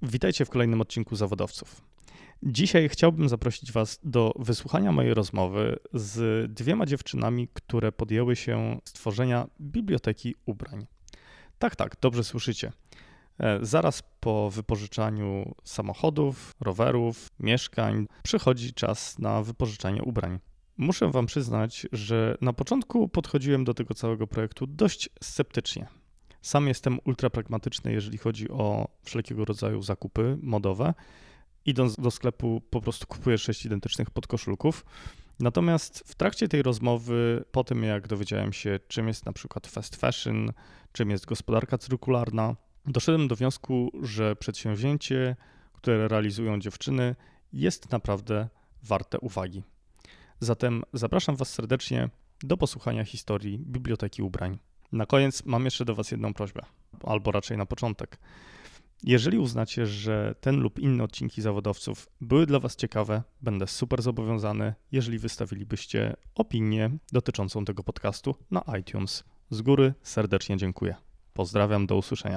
Witajcie w kolejnym odcinku Zawodowców. Dzisiaj chciałbym zaprosić Was do wysłuchania mojej rozmowy z dwiema dziewczynami, które podjęły się stworzenia biblioteki ubrań. Tak, dobrze słyszycie. Zaraz po wypożyczaniu samochodów, rowerów, mieszkań przychodzi czas na wypożyczanie ubrań. Muszę Wam przyznać, że na początku podchodziłem do tego całego projektu dość sceptycznie. Sam jestem ultra pragmatyczny, jeżeli chodzi o wszelkiego rodzaju zakupy modowe. Idąc do sklepu, po prostu kupuję 6 identycznych podkoszulków. Natomiast w trakcie tej rozmowy, po tym jak dowiedziałem się, czym jest na przykład fast fashion, czym jest gospodarka cyrkularna, doszedłem do wniosku, że przedsięwzięcie, które realizują dziewczyny, jest naprawdę warte uwagi. Zatem zapraszam Was serdecznie do posłuchania historii Biblioteki Ubrań. Na koniec mam jeszcze do Was jedną prośbę, albo raczej na początek. Jeżeli uznacie, że ten lub inne odcinki Zawodowców były dla Was ciekawe, będę super zobowiązany, jeżeli wystawilibyście opinię dotyczącą tego podcastu na iTunes. Z góry serdecznie dziękuję. Pozdrawiam, do usłyszenia.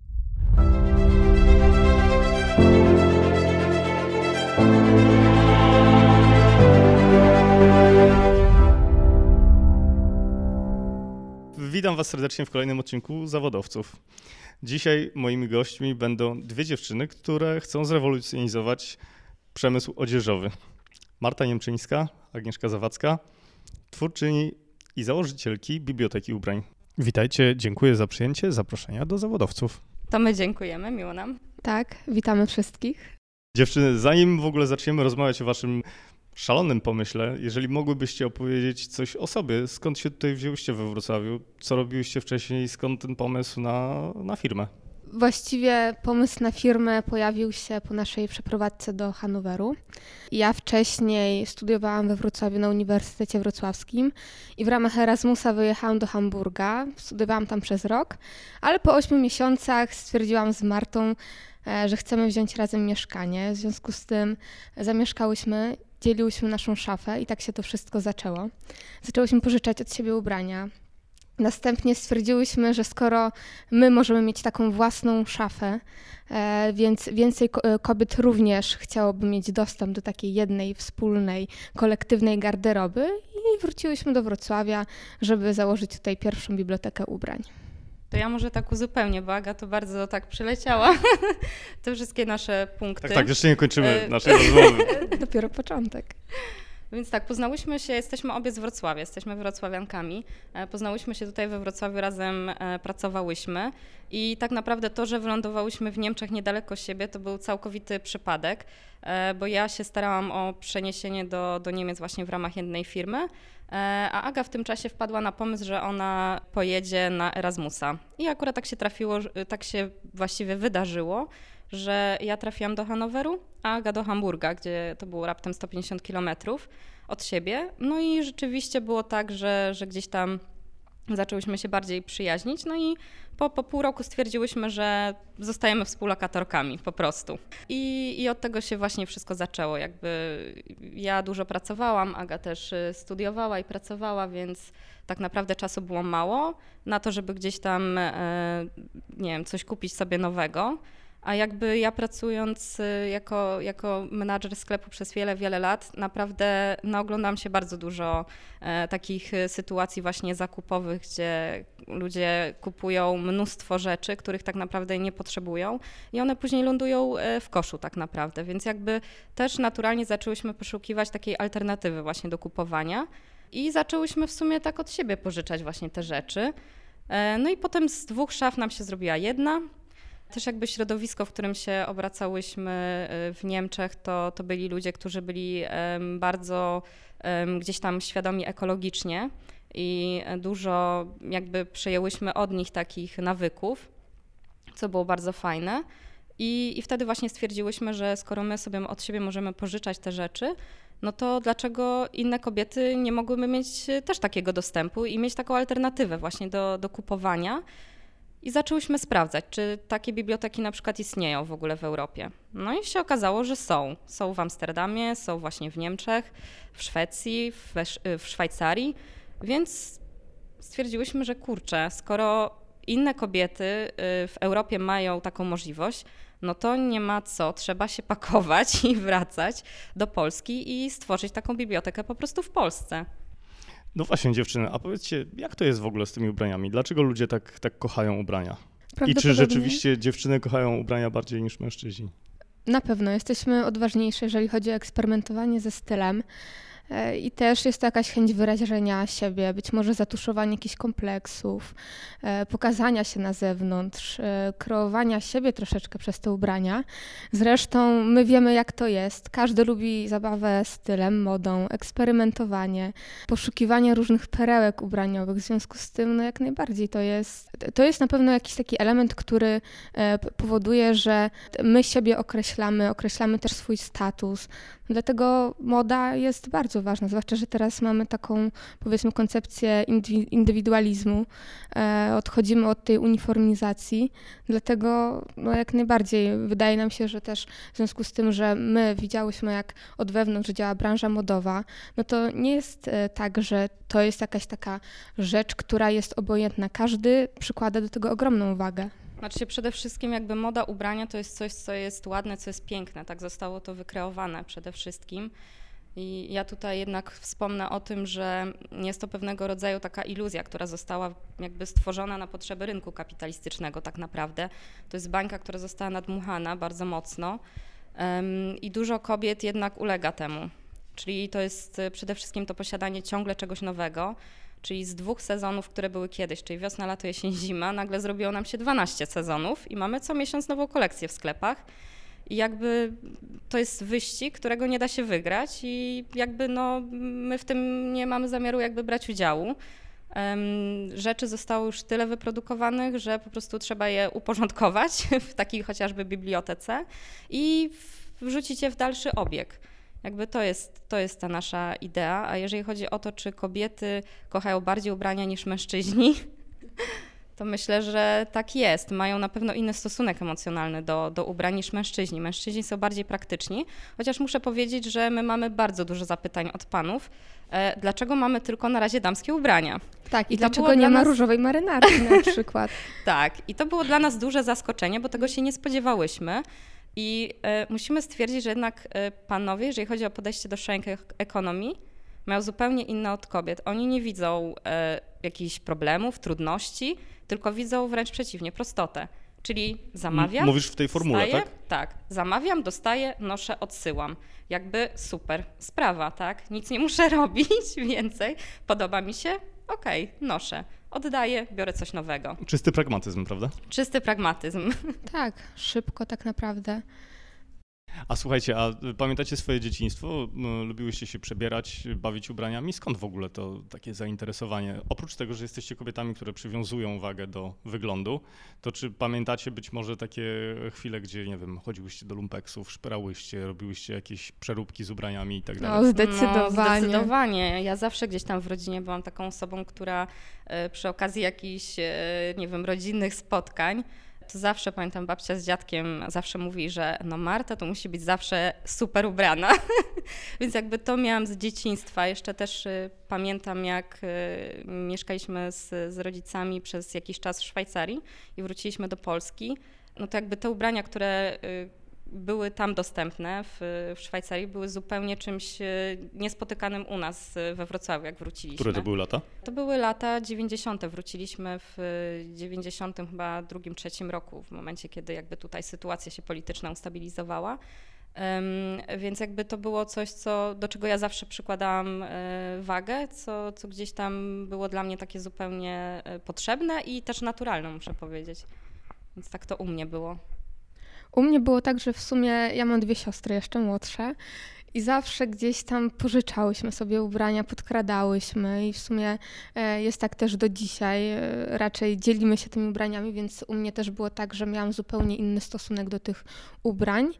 Witam Was serdecznie w kolejnym odcinku Zawodowców. Dzisiaj moimi gośćmi będą dwie dziewczyny, które chcą zrewolucjonizować przemysł odzieżowy. Marta Niemczyńska, Agnieszka Zawadzka, twórczyni i założycielki Biblioteki Ubrań. Witajcie, dziękuję za przyjęcie zaproszenia do Zawodowców. To my dziękujemy, miło nam. Tak, witamy wszystkich. Dziewczyny, zanim w ogóle zaczniemy rozmawiać o Waszym szalonym pomyśle, jeżeli mogłybyście opowiedzieć coś o sobie, skąd się tutaj wzięłyście we Wrocławiu, co robiłyście wcześniej i skąd ten pomysł na firmę? Właściwie pomysł na firmę pojawił się po naszej przeprowadzce do Hanoweru. Ja wcześniej studiowałam we Wrocławiu na Uniwersytecie Wrocławskim i w ramach Erasmusa wyjechałam do Hamburga. Studiowałam tam przez rok, ale po 8 miesiącach stwierdziłam z Martą, że chcemy wziąć razem mieszkanie. W związku z tym zamieszkałyśmy, dzieliłyśmy naszą szafę i tak się to wszystko zaczęło. Zaczęłyśmy pożyczać od siebie ubrania. Następnie stwierdziłyśmy, że skoro my możemy mieć taką własną szafę, więc więcej kobiet również chciałoby mieć dostęp do takiej jednej, wspólnej, kolektywnej garderoby i wróciłyśmy do Wrocławia, żeby założyć tutaj pierwszą bibliotekę ubrań. To ja może tak uzupełnię, bo Aga to bardzo tak przyleciała, te wszystkie nasze punkty. Tak, jeszcze nie kończymy naszej rozmowy. Dopiero początek. Więc tak, poznałyśmy się, jesteśmy obie z Wrocławia, jesteśmy wrocławiankami. Poznałyśmy się tutaj we Wrocławiu, razem pracowałyśmy i tak naprawdę to, że wylądowałyśmy w Niemczech niedaleko siebie, to był całkowity przypadek, bo ja się starałam o przeniesienie do Niemiec właśnie w ramach jednej firmy, a Aga w tym czasie wpadła na pomysł, że ona pojedzie na Erasmusa. I akurat tak się trafiło, tak się właściwie wydarzyło, że ja trafiłam do Hanoweru, a Aga do Hamburga, gdzie to było raptem 150 kilometrów od siebie. No i rzeczywiście było tak, że gdzieś tam zaczęłyśmy się bardziej przyjaźnić, no i po pół roku stwierdziłyśmy, że zostajemy współlokatorkami po prostu. I od tego się właśnie wszystko zaczęło. Jakby ja dużo pracowałam, Aga też studiowała i pracowała, więc tak naprawdę czasu było mało na to, żeby gdzieś tam, nie wiem, coś kupić sobie nowego. A jakby ja pracując jako menadżer sklepu przez wiele lat, naprawdę naoglądam się bardzo dużo takich sytuacji właśnie zakupowych, gdzie ludzie kupują mnóstwo rzeczy, których tak naprawdę nie potrzebują i one później lądują w koszu tak naprawdę, więc jakby też naturalnie zaczęłyśmy poszukiwać takiej alternatywy właśnie do kupowania i zaczęłyśmy w sumie tak od siebie pożyczać właśnie te rzeczy. No i potem z 2 szaf nam się zrobiła jedna. Też jakby środowisko, w którym się obracałyśmy w Niemczech, to byli ludzie, którzy byli bardzo gdzieś tam świadomi ekologicznie i dużo jakby przejęłyśmy od nich takich nawyków, co było bardzo fajne. I wtedy właśnie stwierdziłyśmy, że skoro my sobie od siebie możemy pożyczać te rzeczy, no to dlaczego inne kobiety nie mogłyby mieć też takiego dostępu i mieć taką alternatywę właśnie do kupowania. I zaczęłyśmy sprawdzać, czy takie biblioteki na przykład istnieją w ogóle w Europie. No i się okazało, że są. Są w Amsterdamie, są właśnie w Niemczech, w Szwecji, w Szwajcarii, więc stwierdziłyśmy, że kurczę, skoro inne kobiety w Europie mają taką możliwość, no to nie ma co, trzeba się pakować i wracać do Polski i stworzyć taką bibliotekę po prostu w Polsce. No właśnie dziewczyny, a powiedzcie, jak to jest w ogóle z tymi ubraniami? Dlaczego ludzie tak kochają ubrania? I czy rzeczywiście dziewczyny kochają ubrania bardziej niż mężczyźni? Na pewno jesteśmy odważniejsze, jeżeli chodzi o eksperymentowanie ze stylem. I też jest to jakaś chęć wyrażenia siebie, być może zatuszowania jakichś kompleksów, pokazania się na zewnątrz, kreowania siebie troszeczkę przez te ubrania. Zresztą my wiemy, jak to jest. Każdy lubi zabawę stylem, modą, eksperymentowanie, poszukiwanie różnych perełek ubraniowych. W związku z tym, no jak najbardziej to jest na pewno jakiś taki element, który powoduje, że my siebie określamy też swój status. Dlatego moda jest bardzo ważna, zwłaszcza, że teraz mamy taką, powiedzmy, koncepcję indywidualizmu. Odchodzimy od tej uniformizacji, dlatego no, jak najbardziej wydaje nam się, że też w związku z tym, że my widziałyśmy, jak od wewnątrz działa branża modowa, no to nie jest tak, że to jest jakaś taka rzecz, która jest obojętna. Każdy przykłada do tego ogromną wagę. Znaczy przede wszystkim jakby moda ubrania to jest coś, co jest ładne, co jest piękne, tak zostało to wykreowane przede wszystkim. I ja tutaj jednak wspomnę o tym, że jest to pewnego rodzaju taka iluzja, która została jakby stworzona na potrzeby rynku kapitalistycznego tak naprawdę. To jest bańka, która została nadmuchana bardzo mocno i dużo kobiet jednak ulega temu. Czyli to jest przede wszystkim to posiadanie ciągle czegoś nowego, czyli z 2 sezonów, które były kiedyś, czyli wiosna, lato, jesień, zima, nagle zrobiło nam się 12 sezonów i mamy co miesiąc nową kolekcję w sklepach. I jakby to jest wyścig, którego nie da się wygrać i jakby no my w tym nie mamy zamiaru jakby brać udziału. Rzeczy zostało już tyle wyprodukowanych, że po prostu trzeba je uporządkować w takiej chociażby bibliotece i wrzucić je w dalszy obieg. Jakby to jest ta nasza idea, a jeżeli chodzi o to, czy kobiety kochają bardziej ubrania niż mężczyźni, to myślę, że tak jest. Mają na pewno inny stosunek emocjonalny do ubrań niż mężczyźni. Mężczyźni są bardziej praktyczni, chociaż muszę powiedzieć, że my mamy bardzo dużo zapytań od panów, dlaczego mamy tylko na razie damskie ubrania. Tak, i dlaczego nie ma różowej marynarki na przykład. Tak, i to było dla nas duże zaskoczenie, bo tego się nie spodziewałyśmy. I musimy stwierdzić, że jednak panowie, jeżeli chodzi o podejście do sharing economy, mają zupełnie inne od kobiet. Oni nie widzą jakichś problemów, trudności, tylko widzą wręcz przeciwnie, prostotę. Czyli zamawiam. Mówisz w tej formule, dostaję, tak? Tak, zamawiam, dostaję, noszę, odsyłam. Jakby super sprawa, tak? Nic nie muszę robić więcej. Podoba mi się? Okej, noszę. Oddaję, biorę coś nowego. Czysty pragmatyzm, prawda? Czysty pragmatyzm. Tak, szybko tak naprawdę. A słuchajcie, a pamiętacie swoje dzieciństwo? Lubiłyście się przebierać, bawić ubraniami? Skąd w ogóle to takie zainteresowanie? Oprócz tego, że jesteście kobietami, które przywiązują wagę do wyglądu, to czy pamiętacie być może takie chwile, gdzie, nie wiem, chodziłyście do lumpeksów, szperałyście, robiłyście jakieś przeróbki z ubraniami i tak dalej? No, zdecydowanie. Zdecydowanie. Ja zawsze gdzieś tam w rodzinie byłam taką osobą, która przy okazji jakichś, nie wiem, rodzinnych spotkań, to zawsze, pamiętam, babcia z dziadkiem zawsze mówi, że no Marta to musi być zawsze super ubrana, więc jakby to miałam z dzieciństwa. Jeszcze też pamiętam, jak mieszkaliśmy z rodzicami przez jakiś czas w Szwajcarii i wróciliśmy do Polski, no to jakby te ubrania, które były tam dostępne w Szwajcarii, były zupełnie czymś niespotykanym u nas we Wrocławiu, jak wróciliśmy. Które to były lata? To były lata 90. Wróciliśmy w 90 chyba drugim, trzecim roku, w momencie, kiedy jakby tutaj sytuacja się polityczna ustabilizowała. Więc jakby to było coś, do czego ja zawsze przykładałam wagę, co gdzieś tam było dla mnie takie zupełnie potrzebne i też naturalne, muszę powiedzieć. Więc tak to u mnie było. U mnie było tak, że w sumie ja mam 2 siostry jeszcze młodsze i zawsze gdzieś tam pożyczałyśmy sobie ubrania, podkradałyśmy i w sumie jest tak też do dzisiaj. Raczej dzielimy się tymi ubraniami, więc u mnie też było tak, że miałam zupełnie inny stosunek do tych ubrań.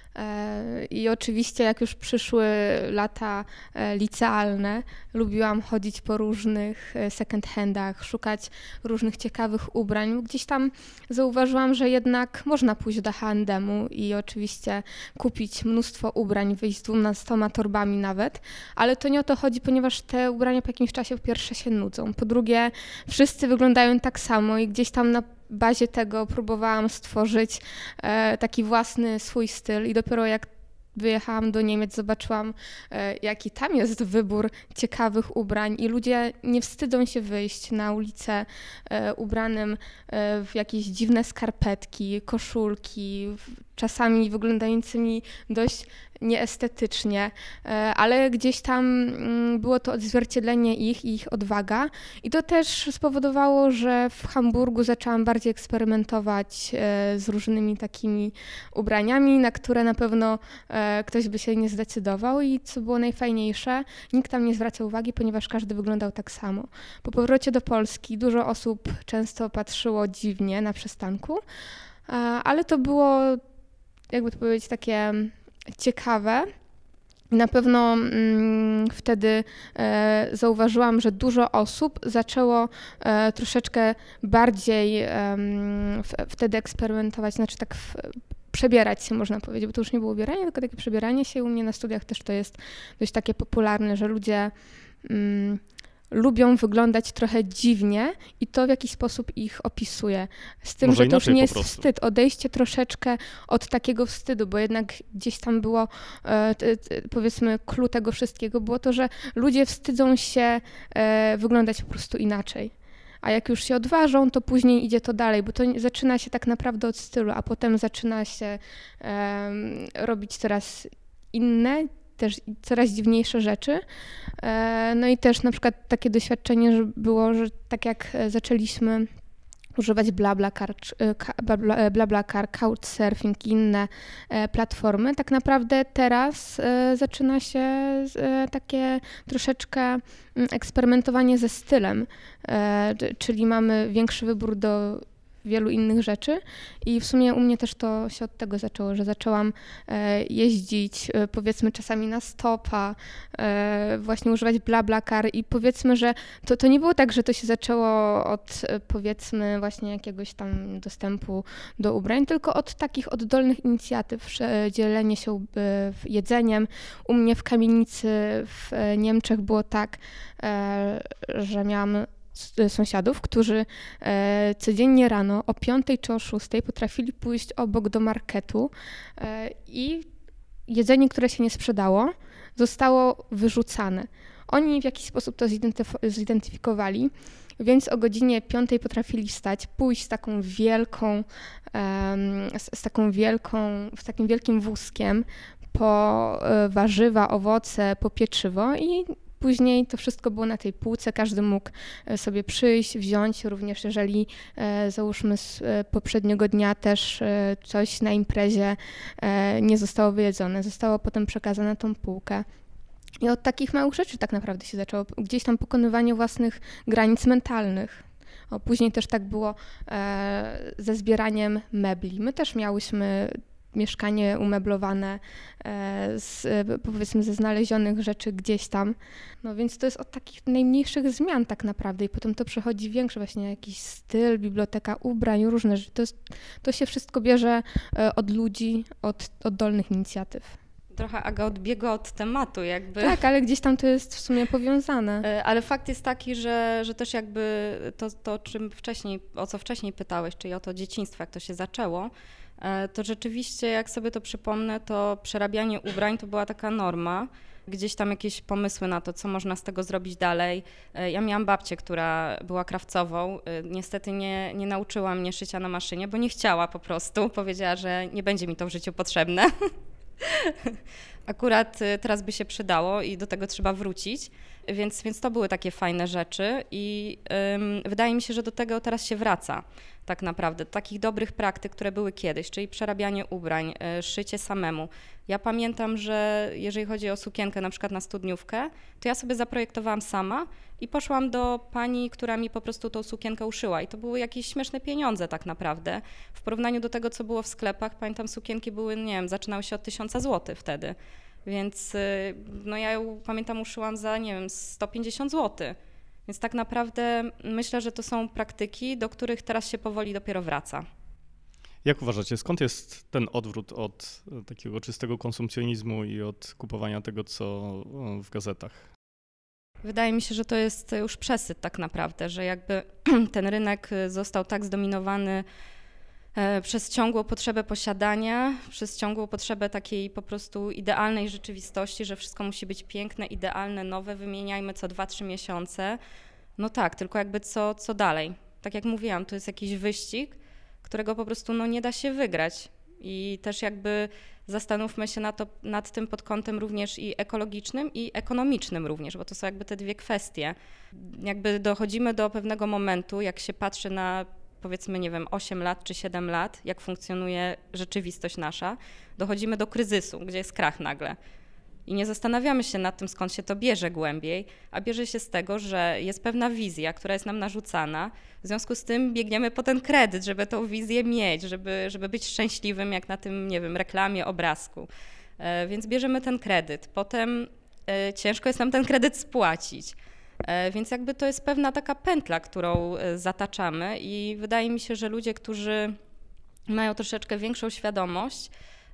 I oczywiście jak już przyszły lata licealne, lubiłam chodzić po różnych second handach, szukać różnych ciekawych ubrań. Gdzieś tam zauważyłam, że jednak można pójść do H&M-u i oczywiście kupić mnóstwo ubrań, wyjść z 12 torbami nawet, ale to nie o to chodzi, ponieważ te ubrania po jakimś czasie po pierwsze się nudzą, po drugie wszyscy wyglądają tak samo i gdzieś tam na bazie tego próbowałam stworzyć taki własny swój styl i dopiero jak wyjechałam do Niemiec, zobaczyłam, jaki tam jest wybór ciekawych ubrań i ludzie nie wstydzą się wyjść na ulicę ubranym w jakieś dziwne skarpetki, koszulki, czasami wyglądającymi dość nieestetycznie, ale gdzieś tam było to odzwierciedlenie ich odwaga i to też spowodowało, że w Hamburgu zaczęłam bardziej eksperymentować z różnymi takimi ubraniami, na które na pewno ktoś by się nie zdecydował i co było najfajniejsze, nikt tam nie zwracał uwagi, ponieważ każdy wyglądał tak samo. Po powrocie do Polski dużo osób często patrzyło dziwnie na przystanku, ale to było, jakby to powiedzieć, takie ciekawe. Na pewno wtedy zauważyłam, że dużo osób zaczęło troszeczkę bardziej wtedy eksperymentować, znaczy tak przebierać się, można powiedzieć, bo to już nie było ubieranie, tylko takie przebieranie się. U mnie na studiach też to jest dość takie popularne, że ludzie lubią wyglądać trochę dziwnie i to w jakiś sposób ich opisuje. Z tym, Może że to już nie jest po prostu wstyd, odejście troszeczkę od takiego wstydu, bo jednak gdzieś tam było, powiedzmy, clue tego wszystkiego było to, że ludzie wstydzą się wyglądać po prostu inaczej. A jak już się odważą, to później idzie to dalej, bo to zaczyna się tak naprawdę od stylu, a potem zaczyna się robić coraz inne, też coraz dziwniejsze rzeczy. No i też na przykład takie doświadczenie że było, że tak jak zaczęliśmy używać BlaBlaCar, Couchsurfing i inne platformy, tak naprawdę teraz zaczyna się takie troszeczkę eksperymentowanie ze stylem, czyli mamy większy wybór do wielu innych rzeczy i w sumie u mnie też to się od tego zaczęło, że zaczęłam jeździć powiedzmy czasami na stopa, właśnie używać BlaBlaCar i powiedzmy, że to nie było tak, że to się zaczęło od powiedzmy właśnie jakiegoś tam dostępu do ubrań, tylko od takich oddolnych inicjatyw, dzielenie się jedzeniem. U mnie w kamienicy w Niemczech było tak, że miałam sąsiadów, którzy codziennie rano o 5 czy o 6 potrafili pójść obok do marketu i jedzenie, które się nie sprzedało, zostało wyrzucane. Oni w jakiś sposób to zidentyfikowali, więc o godzinie 5 potrafili wstać, pójść z taką wielką, z takim wielkim wózkiem po warzywa, owoce, po pieczywo i później to wszystko było na tej półce, każdy mógł sobie przyjść, wziąć, również jeżeli załóżmy z poprzedniego dnia też coś na imprezie nie zostało wyjedzone, zostało potem przekazane na tą półkę. I od takich małych rzeczy tak naprawdę się zaczęło gdzieś tam pokonywanie własnych granic mentalnych. Później też tak było ze zbieraniem mebli. My też miałyśmy mieszkanie umeblowane powiedzmy ze znalezionych rzeczy gdzieś tam. No więc to jest od takich najmniejszych zmian tak naprawdę i potem to przechodzi większy właśnie jakiś styl, biblioteka ubrań, różne rzeczy. To się wszystko bierze od ludzi, od oddolnych inicjatyw. Trochę Aga odbiega od tematu jakby. Tak, ale gdzieś tam to jest w sumie powiązane. Ale fakt jest taki, że też jakby to o co wcześniej pytałeś, czyli o to dzieciństwo, jak to się zaczęło, to rzeczywiście, jak sobie to przypomnę, to przerabianie ubrań to była taka norma. Gdzieś tam jakieś pomysły na to, co można z tego zrobić dalej. Ja miałam babcię, która była krawcową. Niestety nie nauczyła mnie szycia na maszynie, bo nie chciała po prostu. Powiedziała, że nie będzie mi to w życiu potrzebne. Akurat teraz by się przydało i do tego trzeba wrócić, więc to były takie fajne rzeczy i wydaje mi się, że do tego teraz się wraca tak naprawdę. Takich dobrych praktyk, które były kiedyś, czyli przerabianie ubrań, szycie samemu. Ja pamiętam, że jeżeli chodzi o sukienkę na przykład na studniówkę, to ja sobie zaprojektowałam sama i poszłam do pani, która mi po prostu tą sukienkę uszyła i to były jakieś śmieszne pieniądze tak naprawdę. W porównaniu do tego, co było w sklepach, pamiętam sukienki były, nie wiem, zaczynały się od 1000 zł wtedy. Więc no ja ją pamiętam uszyłam za, nie wiem, 150 zł. Więc tak naprawdę myślę, że to są praktyki, do których teraz się powoli dopiero wraca. Jak uważacie, skąd jest ten odwrót od takiego czystego konsumpcjonizmu i od kupowania tego, co w gazetach? Wydaje mi się, że to jest już przesyt tak naprawdę, że jakby ten rynek został tak zdominowany przez ciągłą potrzebę posiadania, przez ciągłą potrzebę takiej po prostu idealnej rzeczywistości, że wszystko musi być piękne, idealne, nowe, wymieniajmy co 2-3 miesiące. No tak, tylko jakby co dalej? Tak jak mówiłam, to jest jakiś wyścig, którego po prostu no, nie da się wygrać. I też jakby zastanówmy się nad tym pod kątem również i ekologicznym, i ekonomicznym również, bo to są jakby te dwie kwestie. Jakby dochodzimy do pewnego momentu, jak się patrzy na powiedzmy, nie wiem, 8 lat czy 7 lat, jak funkcjonuje rzeczywistość nasza, dochodzimy do kryzysu, gdzie jest krach nagle. I nie zastanawiamy się nad tym, skąd się to bierze głębiej, a bierze się z tego, że jest pewna wizja, która jest nam narzucana. W związku z tym biegniemy po ten kredyt, żeby tą wizję mieć, żeby być szczęśliwym, jak na tym, nie wiem, reklamie, obrazku. Więc bierzemy ten kredyt. Potem ciężko jest nam ten kredyt spłacić. Więc jakby to jest pewna taka pętla, którą zataczamy i wydaje mi się, że ludzie, którzy mają troszeczkę większą świadomość,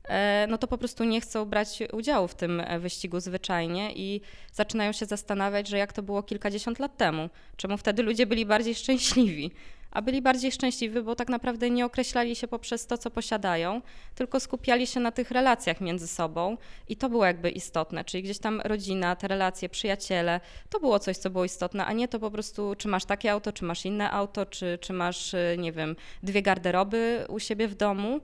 no to po prostu nie chcą brać udziału w tym wyścigu zwyczajnie i zaczynają się zastanawiać, że jak to było kilkadziesiąt lat temu, czemu wtedy ludzie byli bardziej szczęśliwi. A byli bardziej szczęśliwi, bo tak naprawdę nie określali się poprzez to, co posiadają, tylko skupiali się na tych relacjach między sobą i to było jakby istotne, czyli gdzieś tam rodzina, te relacje, przyjaciele, to było coś, co było istotne, a nie to po prostu, czy masz takie auto, czy masz inne auto, czy masz, nie wiem, 2 garderoby u siebie w domu.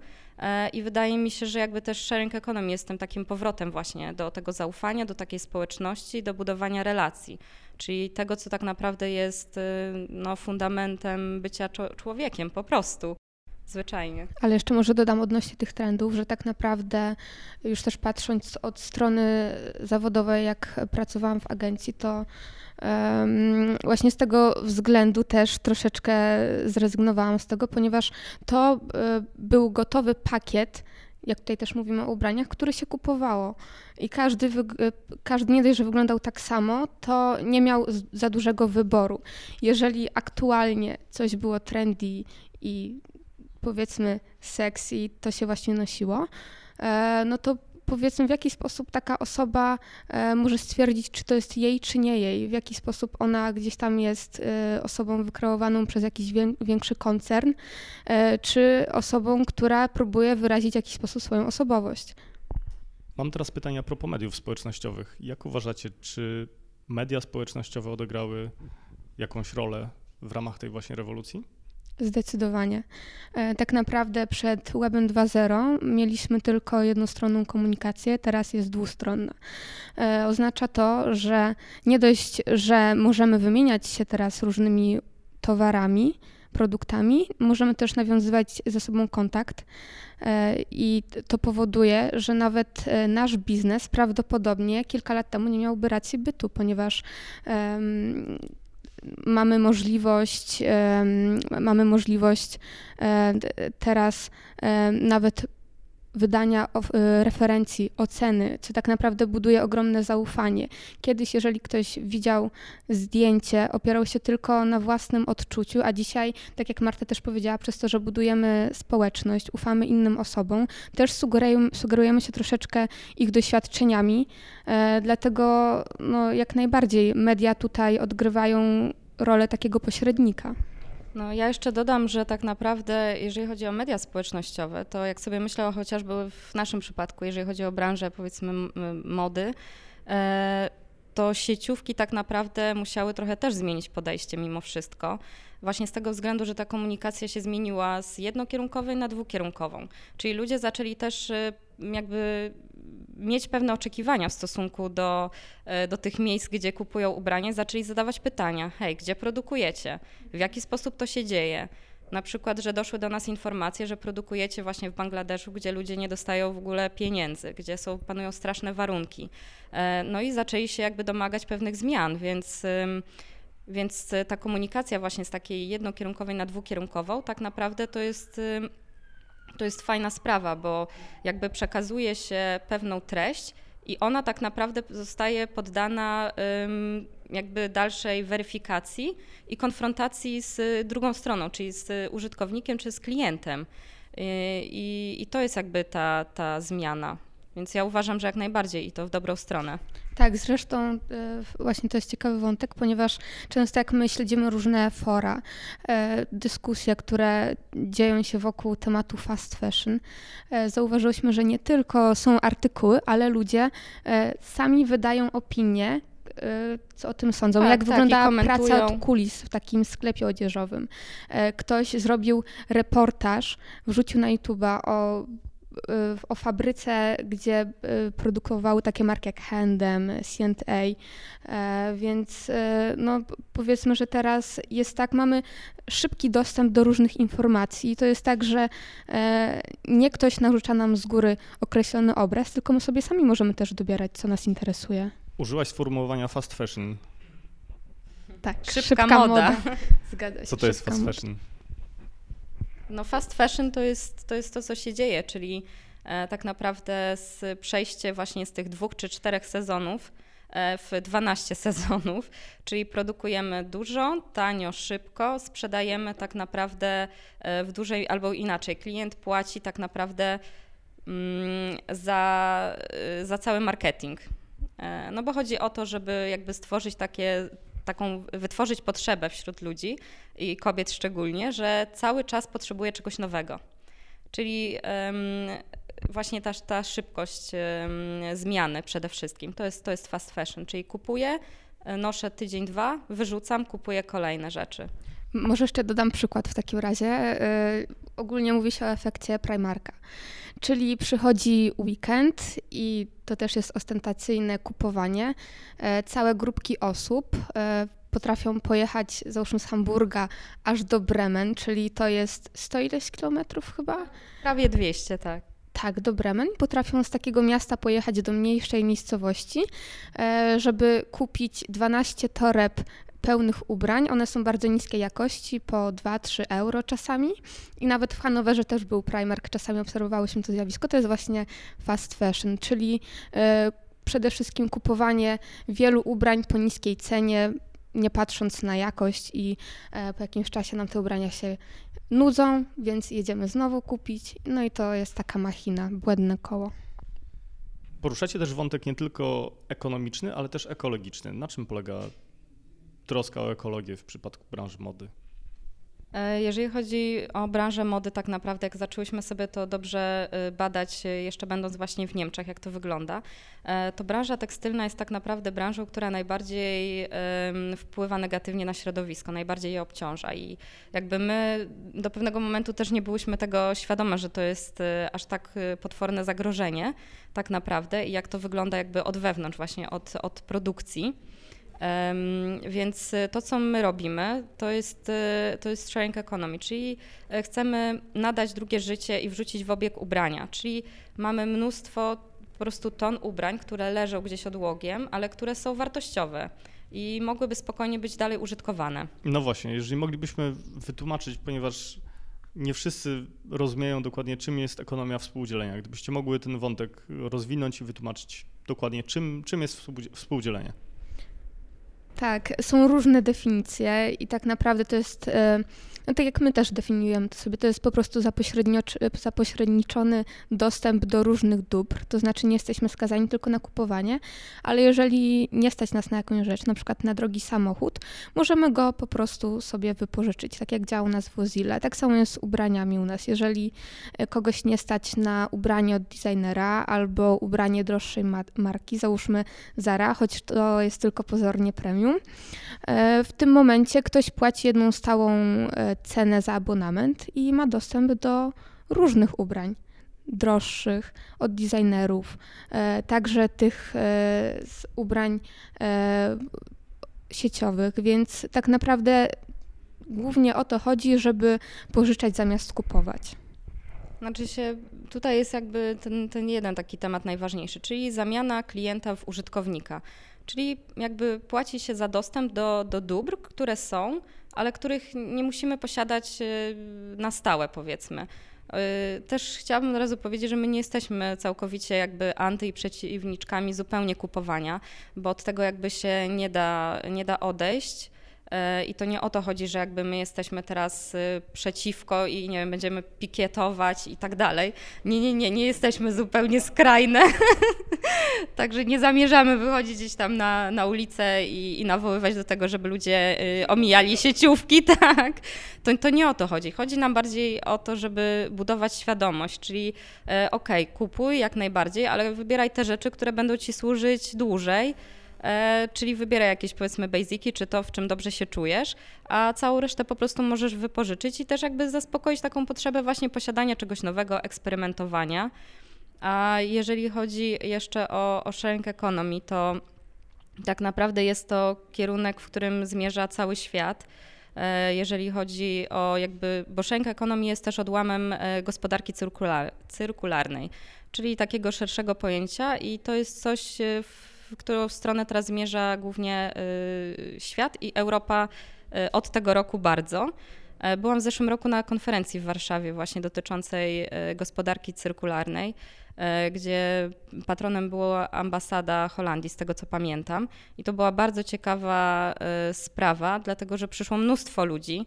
I wydaje mi się, że jakby też sharing economy jest tym takim powrotem właśnie do tego zaufania, do takiej społeczności, do budowania relacji, czyli tego, co tak naprawdę jest no, fundamentem bycia człowiekiem po prostu, zwyczajnie. Ale jeszcze może dodam odnośnie tych trendów, że tak naprawdę już też patrząc od strony zawodowej, jak pracowałam w agencji, to właśnie z tego względu też troszeczkę zrezygnowałam z tego, ponieważ to był gotowy pakiet, jak tutaj też mówimy o ubraniach, który się kupowało i każdy nie dość, że wyglądał tak samo, to nie miał za dużego wyboru. Jeżeli aktualnie coś było trendy i powiedzmy sexy, to się właśnie nosiło, no to powiedzmy, w jaki sposób taka osoba może stwierdzić, czy to jest jej, czy nie jej, w jaki sposób ona gdzieś tam jest osobą wykreowaną przez jakiś większy koncern, czy osobą, która próbuje wyrazić w jakiś sposób swoją osobowość. Mam teraz pytanie a propos mediów społecznościowych. Jak uważacie, czy media społecznościowe odegrały jakąś rolę w ramach tej właśnie rewolucji? Zdecydowanie. Tak naprawdę przed Webem 2.0 mieliśmy tylko jednostronną komunikację, teraz jest dwustronna. Oznacza to, że nie dość, że możemy wymieniać się teraz różnymi towarami, produktami, możemy też nawiązywać ze sobą kontakt i to powoduje, że nawet nasz biznes prawdopodobnie kilka lat temu nie miałby racji bytu, ponieważ mamy możliwość teraz nawet wydania referencji, oceny, co tak naprawdę buduje ogromne zaufanie. Kiedyś, jeżeli ktoś widział zdjęcie, opierał się tylko na własnym odczuciu, a dzisiaj, tak jak Marta też powiedziała, przez to, że budujemy społeczność, ufamy innym osobom, też sugerujemy się troszeczkę ich doświadczeniami, dlatego no, jak najbardziej media tutaj odgrywają rolę takiego pośrednika. No, ja jeszcze dodam, że tak naprawdę, jeżeli chodzi o media społecznościowe, to jak sobie myślę chociażby w naszym przypadku, jeżeli chodzi o branżę, powiedzmy, mody, to sieciówki tak naprawdę musiały trochę też zmienić podejście mimo wszystko. Właśnie z tego względu, że ta komunikacja się zmieniła z jednokierunkowej na dwukierunkową. Czyli ludzie zaczęli też jakby mieć pewne oczekiwania w stosunku do tych miejsc, gdzie kupują ubranie, zaczęli zadawać pytania: hej, gdzie produkujecie? W jaki sposób to się dzieje? Na przykład, że doszły do nas informacje, że produkujecie właśnie w Bangladeszu, gdzie ludzie nie dostają w ogóle pieniędzy, gdzie panują straszne warunki. No i zaczęli się jakby domagać pewnych zmian, więc ta komunikacja właśnie z takiej jednokierunkowej na dwukierunkową tak naprawdę to jest fajna sprawa, bo jakby przekazuje się pewną treść i ona tak naprawdę zostaje poddana jakby dalszej weryfikacji i konfrontacji z drugą stroną, czyli z użytkownikiem czy z klientem. I to jest jakby ta zmiana. Więc ja uważam, że jak najbardziej i to w dobrą stronę. Tak, zresztą właśnie to jest ciekawy wątek, ponieważ często jak my śledzimy różne fora, dyskusje, które dzieją się wokół tematu fast fashion, zauważyliśmy, że nie tylko są artykuły, ale ludzie sami wydają opinie, co o tym sądzą, jak wygląda praca od kulis w takim sklepie odzieżowym. Ktoś zrobił reportaż, wrzucił na YouTube'a o fabryce, gdzie produkowały takie marki jak H&M, C&A, więc no powiedzmy, że teraz jest tak, mamy szybki dostęp do różnych informacji. To jest tak, że nie ktoś narzuca nam z góry określony obraz, tylko my sobie sami możemy też dobierać, co nas interesuje. Użyłaś sformułowania fast fashion. Tak, szybka moda. Zgadza się. Co to jest fast fashion? No fast fashion to jest to, co się dzieje, czyli tak naprawdę przejście właśnie z tych 2 czy 4 sezonów w 12 sezonów, czyli produkujemy dużo, tanio, szybko, sprzedajemy tak naprawdę w dużej, albo inaczej, klient płaci tak naprawdę za cały marketing. No bo chodzi o to, żeby jakby stworzyć wytworzyć potrzebę wśród ludzi i kobiet szczególnie, że cały czas potrzebuje czegoś nowego. Czyli właśnie ta szybkość zmiany przede wszystkim. To jest fast fashion, czyli kupuję, noszę tydzień, 2, wyrzucam, kupuję kolejne rzeczy. Może jeszcze dodam przykład w takim razie. Ogólnie mówi się o efekcie Primarka. Czyli przychodzi weekend i to też jest ostentacyjne kupowanie. Całe grupki osób potrafią pojechać, załóżmy z Hamburga aż do Bremen, czyli to jest 100 ileś kilometrów chyba? Prawie 200, tak. Tak, do Bremen. Potrafią z takiego miasta pojechać do mniejszej miejscowości, żeby kupić 12 toreb pełnych ubrań. One są bardzo niskiej jakości, po 2-3 euro czasami. I nawet w Hanowerze też był Primark, czasami obserwowałyśmy to zjawisko. To jest właśnie fast fashion, czyli przede wszystkim kupowanie wielu ubrań po niskiej cenie, nie patrząc na jakość i po jakimś czasie nam te ubrania się nudzą, więc jedziemy znowu kupić. No i to jest taka machina, błędne koło. Poruszacie też wątek nie tylko ekonomiczny, ale też ekologiczny. Na czym polega troska o ekologię w przypadku branży mody? Jeżeli chodzi o branżę mody, tak naprawdę jak zaczęłyśmy sobie to dobrze badać, jeszcze będąc właśnie w Niemczech, jak to wygląda, to branża tekstylna jest tak naprawdę branżą, która najbardziej wpływa negatywnie na środowisko, najbardziej je obciąża i jakby my do pewnego momentu też nie byłyśmy tego świadome, że to jest aż tak potworne zagrożenie tak naprawdę i jak to wygląda jakby od wewnątrz właśnie, od produkcji. Więc to, co my robimy, to jest sharing economy, czyli chcemy nadać drugie życie i wrzucić w obieg ubrania, czyli mamy mnóstwo po prostu ton ubrań, które leżą gdzieś odłogiem, ale które są wartościowe i mogłyby spokojnie być dalej użytkowane. No właśnie, jeżeli moglibyśmy wytłumaczyć, ponieważ nie wszyscy rozumieją dokładnie, czym jest ekonomia współdzielenia. Gdybyście mogły ten wątek rozwinąć i wytłumaczyć dokładnie, czym jest współdzielenie. Tak, są różne definicje i tak naprawdę to jest, no tak jak my też definiujemy to sobie, to jest po prostu zapośredniczony dostęp do różnych dóbr, to znaczy nie jesteśmy skazani tylko na kupowanie, ale jeżeli nie stać nas na jakąś rzecz, na przykład na drogi samochód, możemy go po prostu sobie wypożyczyć, tak jak działa u nas w Ozile. Tak samo jest z ubraniami u nas. Jeżeli kogoś nie stać na ubranie od designera albo ubranie droższej marki, załóżmy Zara, choć to jest tylko pozornie premium, w tym momencie ktoś płaci jedną stałą cenę za abonament i ma dostęp do różnych ubrań. droższych od designerów, także tych z ubrań sieciowych, więc tak naprawdę głównie o to chodzi, żeby pożyczać zamiast kupować. Znaczy się, tutaj jest jakby ten jeden taki temat najważniejszy, czyli zamiana klienta w użytkownika. Czyli jakby płaci się za dostęp do dóbr, które są, ale których nie musimy posiadać na stałe, powiedzmy. Też chciałabym od razu powiedzieć, że my nie jesteśmy całkowicie jakby anty i przeciwniczkami zupełnie kupowania, bo od tego jakby się nie da odejść. I to nie o to chodzi, że jakby my jesteśmy teraz przeciwko i nie wiem, będziemy pikietować i tak dalej. Nie jesteśmy zupełnie skrajne. Także nie zamierzamy wychodzić gdzieś tam na ulicę i nawoływać do tego, żeby ludzie omijali sieciówki, tak. To nie o to chodzi. Chodzi nam bardziej o to, żeby budować świadomość, czyli okej, kupuj jak najbardziej, ale wybieraj te rzeczy, które będą ci służyć dłużej. Czyli wybieraj jakieś, powiedzmy, basiki, czy to, w czym dobrze się czujesz, a całą resztę po prostu możesz wypożyczyć i też jakby zaspokoić taką potrzebę właśnie posiadania czegoś nowego, eksperymentowania. A jeżeli chodzi jeszcze o sharing economy, to tak naprawdę jest to kierunek, w którym zmierza cały świat. Jeżeli chodzi o jakby, bo sharing economy jest też odłamem gospodarki cyrkularnej, czyli takiego szerszego pojęcia i to jest coś, w którą stronę teraz zmierza głównie świat i Europa od tego roku bardzo. Byłam w zeszłym roku na konferencji w Warszawie właśnie dotyczącej gospodarki cyrkularnej, gdzie patronem była ambasada Holandii, z tego co pamiętam. I to była bardzo ciekawa sprawa, dlatego że przyszło mnóstwo ludzi,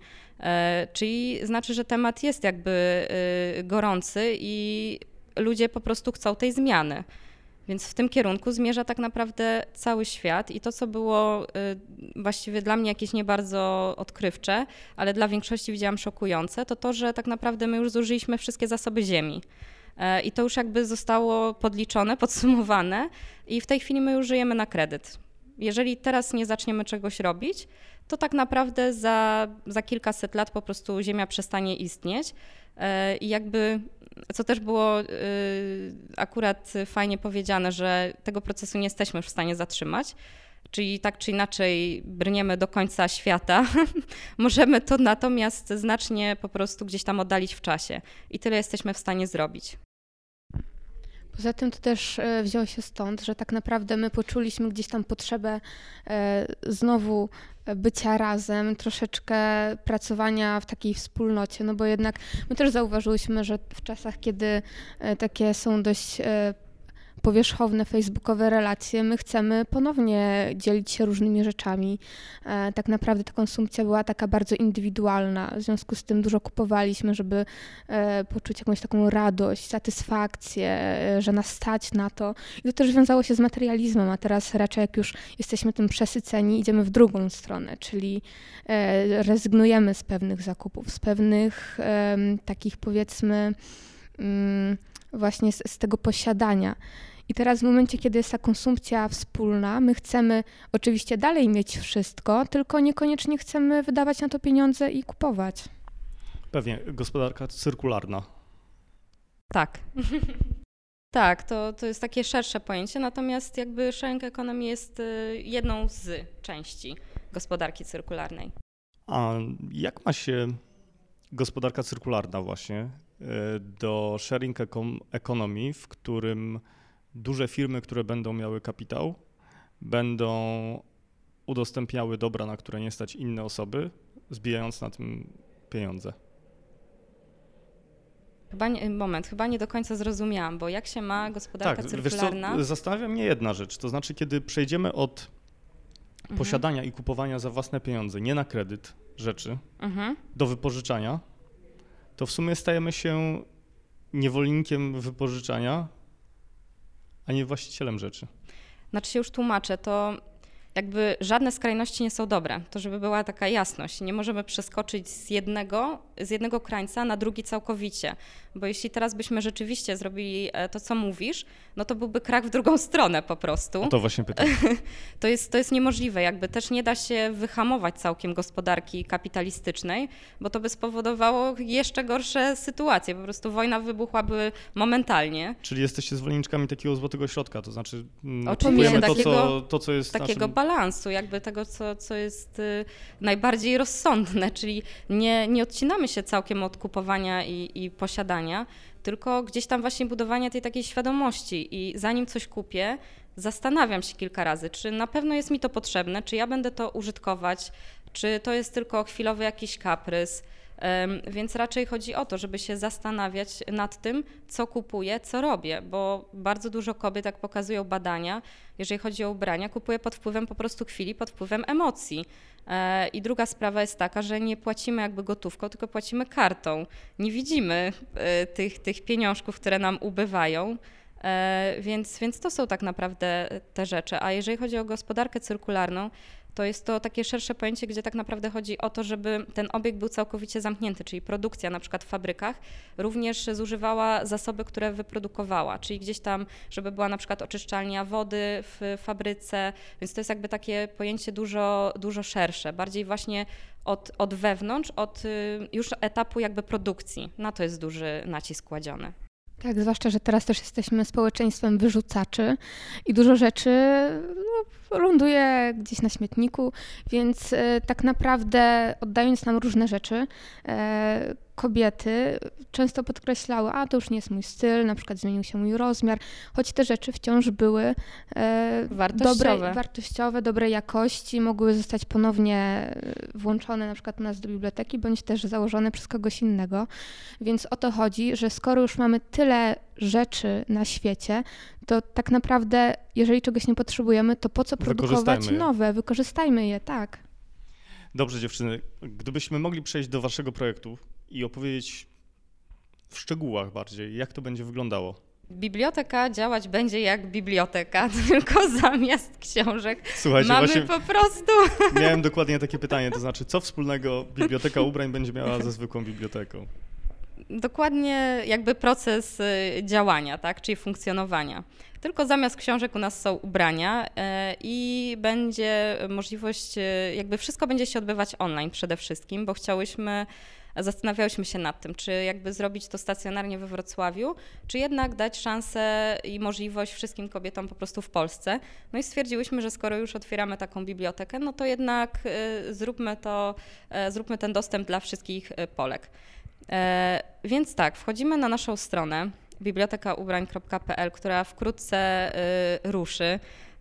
czyli znaczy, że temat jest jakby gorący i ludzie po prostu chcą tej zmiany. Więc w tym kierunku zmierza tak naprawdę cały świat i to, co było właściwie dla mnie jakieś nie bardzo odkrywcze, ale dla większości widziałam szokujące, to, że tak naprawdę my już zużyliśmy wszystkie zasoby ziemi. I to już jakby zostało podliczone, podsumowane i w tej chwili my już żyjemy na kredyt. Jeżeli teraz nie zaczniemy czegoś robić, to tak naprawdę za kilkaset lat po prostu ziemia przestanie istnieć i jakby, co też było akurat fajnie powiedziane, że tego procesu nie jesteśmy już w stanie zatrzymać, czyli tak czy inaczej brniemy do końca świata, możemy to natomiast znacznie po prostu gdzieś tam oddalić w czasie i tyle jesteśmy w stanie zrobić. Poza tym to też wzięło się stąd, że tak naprawdę my poczuliśmy gdzieś tam potrzebę znowu bycia razem, troszeczkę pracowania w takiej wspólnocie, no bo jednak my też zauważyłyśmy, że w czasach, kiedy takie są dość powierzchowne facebookowe relacje, my chcemy ponownie dzielić się różnymi rzeczami. Tak naprawdę ta konsumpcja była taka bardzo indywidualna, w związku z tym dużo kupowaliśmy, żeby poczuć jakąś taką radość, satysfakcję, że nas stać na to. I to też wiązało się z materializmem, a teraz raczej jak już jesteśmy tym przesyceni, idziemy w drugą stronę, czyli rezygnujemy z pewnych zakupów, z pewnych takich, powiedzmy, właśnie z tego posiadania. I teraz w momencie, kiedy jest ta konsumpcja wspólna, my chcemy oczywiście dalej mieć wszystko, tylko niekoniecznie chcemy wydawać na to pieniądze i kupować. Pewnie, gospodarka cyrkularna. Tak. Tak, to jest takie szersze pojęcie, natomiast jakby sharing economy jest jedną z części gospodarki cyrkularnej. A jak ma się gospodarka cyrkularna właśnie do sharing economy, w którym duże firmy, które będą miały kapitał, będą udostępniały dobra, na które nie stać inne osoby, zbijając na tym pieniądze? Chyba nie do końca zrozumiałam, bo jak się ma gospodarka cyrkularna? Wiesz co, zastanawia mnie jedna rzecz, to znaczy kiedy przejdziemy od posiadania i kupowania za własne pieniądze, nie na kredyt rzeczy, do wypożyczania, to w sumie stajemy się niewolnikiem wypożyczania, a nie właścicielem rzeczy. Znaczy się już tłumaczę, to jakby żadne skrajności nie są dobre. To żeby była taka jasność. Nie możemy przeskoczyć z jednego krańca na drugi całkowicie. Bo jeśli teraz byśmy rzeczywiście zrobili to, co mówisz, no to byłby krok w drugą stronę po prostu. O to właśnie pytam. To jest niemożliwe. Jakby też nie da się wyhamować całkiem gospodarki kapitalistycznej, bo to by spowodowało jeszcze gorsze sytuacje. Po prostu wojna wybuchłaby momentalnie. Czyli jesteście zwolenniczkami takiego złotego środka, to znaczy Oczywiście, to, co jest takiego naszym... balansu, jakby tego, co jest najbardziej rozsądne, czyli nie odcinamy się całkiem od kupowania i posiadania, tylko gdzieś tam właśnie budowania tej takiej świadomości i zanim coś kupię, zastanawiam się kilka razy, czy na pewno jest mi to potrzebne, czy ja będę to użytkować, czy to jest tylko chwilowy jakiś kaprys. Więc raczej chodzi o to, żeby się zastanawiać nad tym, co kupuję, co robię, bo bardzo dużo kobiet, jak pokazują badania, jeżeli chodzi o ubrania, kupuje pod wpływem po prostu chwili, pod wpływem emocji. I druga sprawa jest taka, że nie płacimy jakby gotówką, tylko płacimy kartą. Nie widzimy tych pieniążków, które nam ubywają. Więc to są tak naprawdę te rzeczy. A jeżeli chodzi o gospodarkę cyrkularną, to jest to takie szersze pojęcie, gdzie tak naprawdę chodzi o to, żeby ten obieg był całkowicie zamknięty, czyli produkcja na przykład w fabrykach również zużywała zasoby, które wyprodukowała, czyli gdzieś tam, żeby była na przykład oczyszczalnia wody w fabryce, więc to jest jakby takie pojęcie dużo szersze, bardziej właśnie od wewnątrz, od już etapu jakby produkcji. Na to jest duży nacisk kładziony. Tak, zwłaszcza, że teraz też jesteśmy społeczeństwem wyrzucaczy i dużo rzeczy ląduje gdzieś na śmietniku, więc tak naprawdę oddając nam różne rzeczy, kobiety często podkreślały, a to już nie jest mój styl, na przykład zmienił się mój rozmiar, choć te rzeczy wciąż były wartościowe, dobrej jakości, mogły zostać ponownie włączone na przykład u nas do biblioteki, bądź też założone przez kogoś innego. Więc o to chodzi, że skoro już mamy tyle rzeczy na świecie, to tak naprawdę, jeżeli czegoś nie potrzebujemy, to po co produkować nowe? Wykorzystajmy je, tak. Dobrze, dziewczyny, gdybyśmy mogli przejść do waszego projektu i opowiedzieć w szczegółach bardziej, jak to będzie wyglądało. Biblioteka działać będzie jak biblioteka, tylko zamiast książek Słuchajcie, mamy po prostu... Miałem dokładnie takie pytanie, to znaczy co wspólnego biblioteka ubrań będzie miała ze zwykłą biblioteką? Dokładnie jakby proces działania, tak, czyli funkcjonowania. Tylko zamiast książek u nas są ubrania i będzie możliwość, jakby wszystko będzie się odbywać online przede wszystkim, bo zastanawiałyśmy się nad tym, czy jakby zrobić to stacjonarnie we Wrocławiu, czy jednak dać szansę i możliwość wszystkim kobietom po prostu w Polsce. No i stwierdziłyśmy, że skoro już otwieramy taką bibliotekę, no to jednak zróbmy ten dostęp dla wszystkich Polek. Więc tak, wchodzimy na naszą stronę bibliotekaubrań.pl, która wkrótce ruszy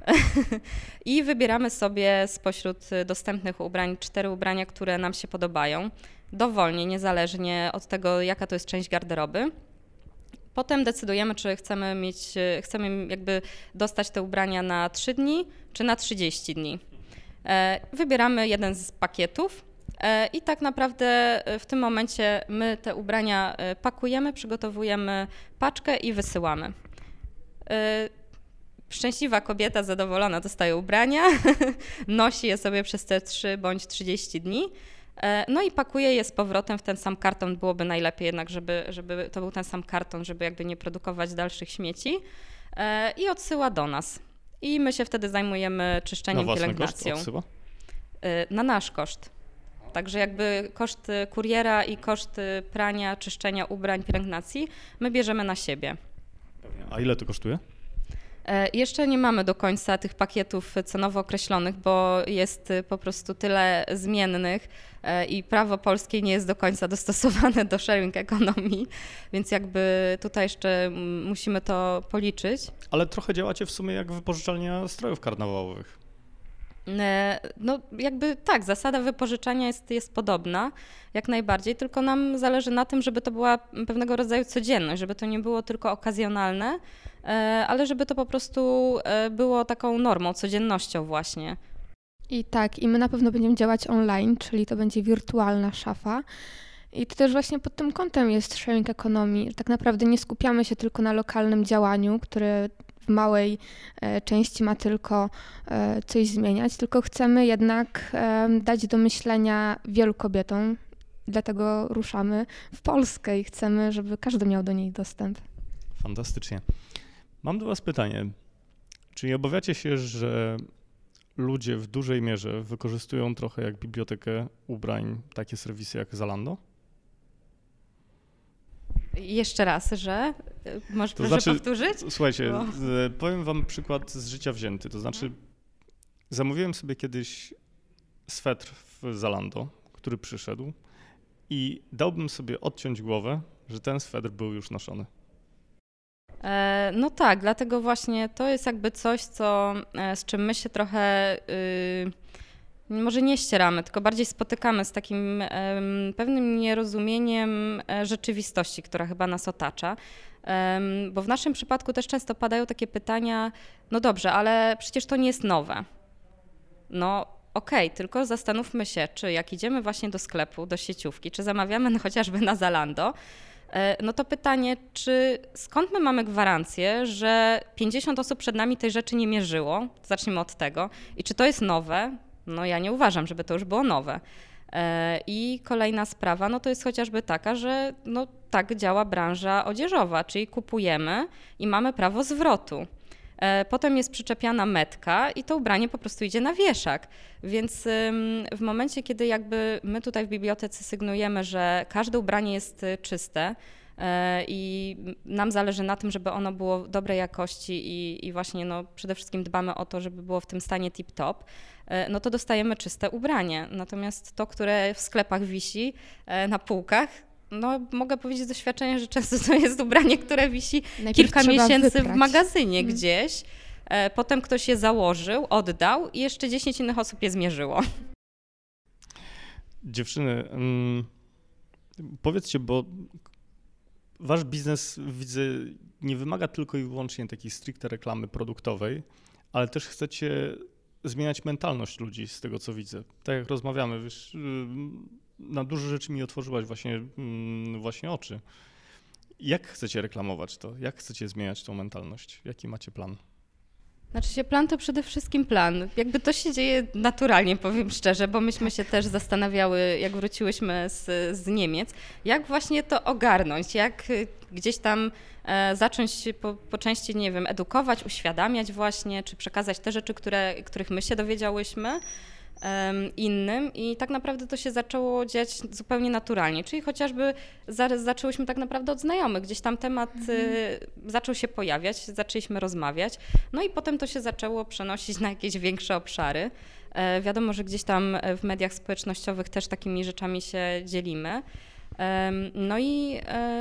i wybieramy sobie spośród dostępnych ubrań 4 ubrania, które nam się podobają, dowolnie, niezależnie od tego, jaka to jest część garderoby. Potem decydujemy, czy chcemy jakby dostać te ubrania na 3 dni, czy na 30 dni. Wybieramy jeden z pakietów. I tak naprawdę w tym momencie my te ubrania pakujemy, przygotowujemy paczkę i wysyłamy. Szczęśliwa kobieta, zadowolona, dostaje ubrania, nosi je sobie przez te 3 bądź 30 dni, no i pakuje je z powrotem w ten sam karton. Byłoby najlepiej jednak, żeby to był ten sam karton, żeby jakby nie produkować dalszych śmieci i odsyła do nas. I my się wtedy zajmujemy czyszczeniem, pielęgnacją. Na własny koszt odsyła? Na nasz koszt. Także jakby koszt kuriera i koszt prania, czyszczenia ubrań, pielęgnacji my bierzemy na siebie. A ile to kosztuje? Jeszcze nie mamy do końca tych pakietów cenowo określonych, bo jest po prostu tyle zmiennych i prawo polskie nie jest do końca dostosowane do sharing economy, więc jakby tutaj jeszcze musimy to policzyć. Ale trochę działacie w sumie jak wypożyczalnia strojów karnawałowych. No jakby tak, zasada wypożyczania jest podobna, jak najbardziej, tylko nam zależy na tym, żeby to była pewnego rodzaju codzienność, żeby to nie było tylko okazjonalne, ale żeby to po prostu było taką normą, codziennością właśnie. I tak, i my na pewno będziemy działać online, czyli to będzie wirtualna szafa. I to też właśnie pod tym kątem jest sharing economy. Tak naprawdę nie skupiamy się tylko na lokalnym działaniu, które w małej części ma tylko coś zmieniać, tylko chcemy jednak dać do myślenia wielu kobietom. Dlatego ruszamy w Polskę i chcemy, żeby każdy miał do niej dostęp. Fantastycznie. Mam do was pytanie. Czy nie obawiacie się, że ludzie w dużej mierze wykorzystują trochę jak bibliotekę ubrań takie serwisy jak Zalando? Jeszcze raz, że? Możesz proszę powtórzyć? Słuchajcie, powiem wam przykład z życia wzięty. To znaczy, zamówiłem sobie kiedyś swetr w Zalando, który przyszedł i dałbym sobie odciąć głowę, że ten swetr był już noszony. No tak, dlatego właśnie to jest jakby coś, z czym my się trochę może nie ścieramy, tylko bardziej spotykamy z takim pewnym nierozumieniem rzeczywistości, która chyba nas otacza. Bo w naszym przypadku też często padają takie pytania, no dobrze, ale przecież to nie jest nowe. No okej, tylko zastanówmy się, czy jak idziemy właśnie do sklepu, do sieciówki, czy zamawiamy chociażby na Zalando, no to pytanie, skąd my mamy gwarancję, że 50 osób przed nami tej rzeczy nie mierzyło? Zacznijmy od tego. I czy to jest nowe? No ja nie uważam, żeby to już było nowe. I kolejna sprawa, no to jest chociażby taka, że no tak działa branża odzieżowa, czyli kupujemy i mamy prawo zwrotu. Potem jest przyczepiana metka i to ubranie po prostu idzie na wieszak. Więc w momencie, kiedy jakby my tutaj w bibliotece sygnujemy, że każde ubranie jest czyste i nam zależy na tym, żeby ono było dobrej jakości i właśnie no przede wszystkim dbamy o to, żeby było w tym stanie tip-top, no to dostajemy czyste ubranie. Natomiast to, które w sklepach wisi na półkach, no mogę powiedzieć z doświadczenia, że często to jest ubranie, które wisi kilka miesięcy w magazynie gdzieś. Potem ktoś je założył, oddał i jeszcze 10 innych osób je zmierzyło. Dziewczyny, powiedzcie, bo wasz biznes, widzę, nie wymaga tylko i wyłącznie takiej stricte reklamy produktowej, ale też chcecie zmieniać mentalność ludzi z tego, co widzę. Tak jak rozmawiamy, wiesz, na dużo rzeczy mi otworzyłaś właśnie oczy. Jak chcecie reklamować to? Jak chcecie zmieniać tą mentalność? Jaki macie plan? Znaczy plan to przede wszystkim plan. Jakby to się dzieje naturalnie, powiem szczerze, bo myśmy się też zastanawiały, jak wróciłyśmy z Niemiec, jak właśnie to ogarnąć, jak gdzieś tam zacząć po części, nie wiem, edukować, uświadamiać właśnie, czy przekazać te rzeczy, których my się dowiedziałyśmy innym i tak naprawdę to się zaczęło dziać zupełnie naturalnie, czyli chociażby zaczęłyśmy tak naprawdę od znajomych, gdzieś tam temat zaczął się pojawiać, zaczęliśmy rozmawiać, no i potem to się zaczęło przenosić na jakieś większe obszary. Wiadomo, że gdzieś tam w mediach społecznościowych też takimi rzeczami się dzielimy. No i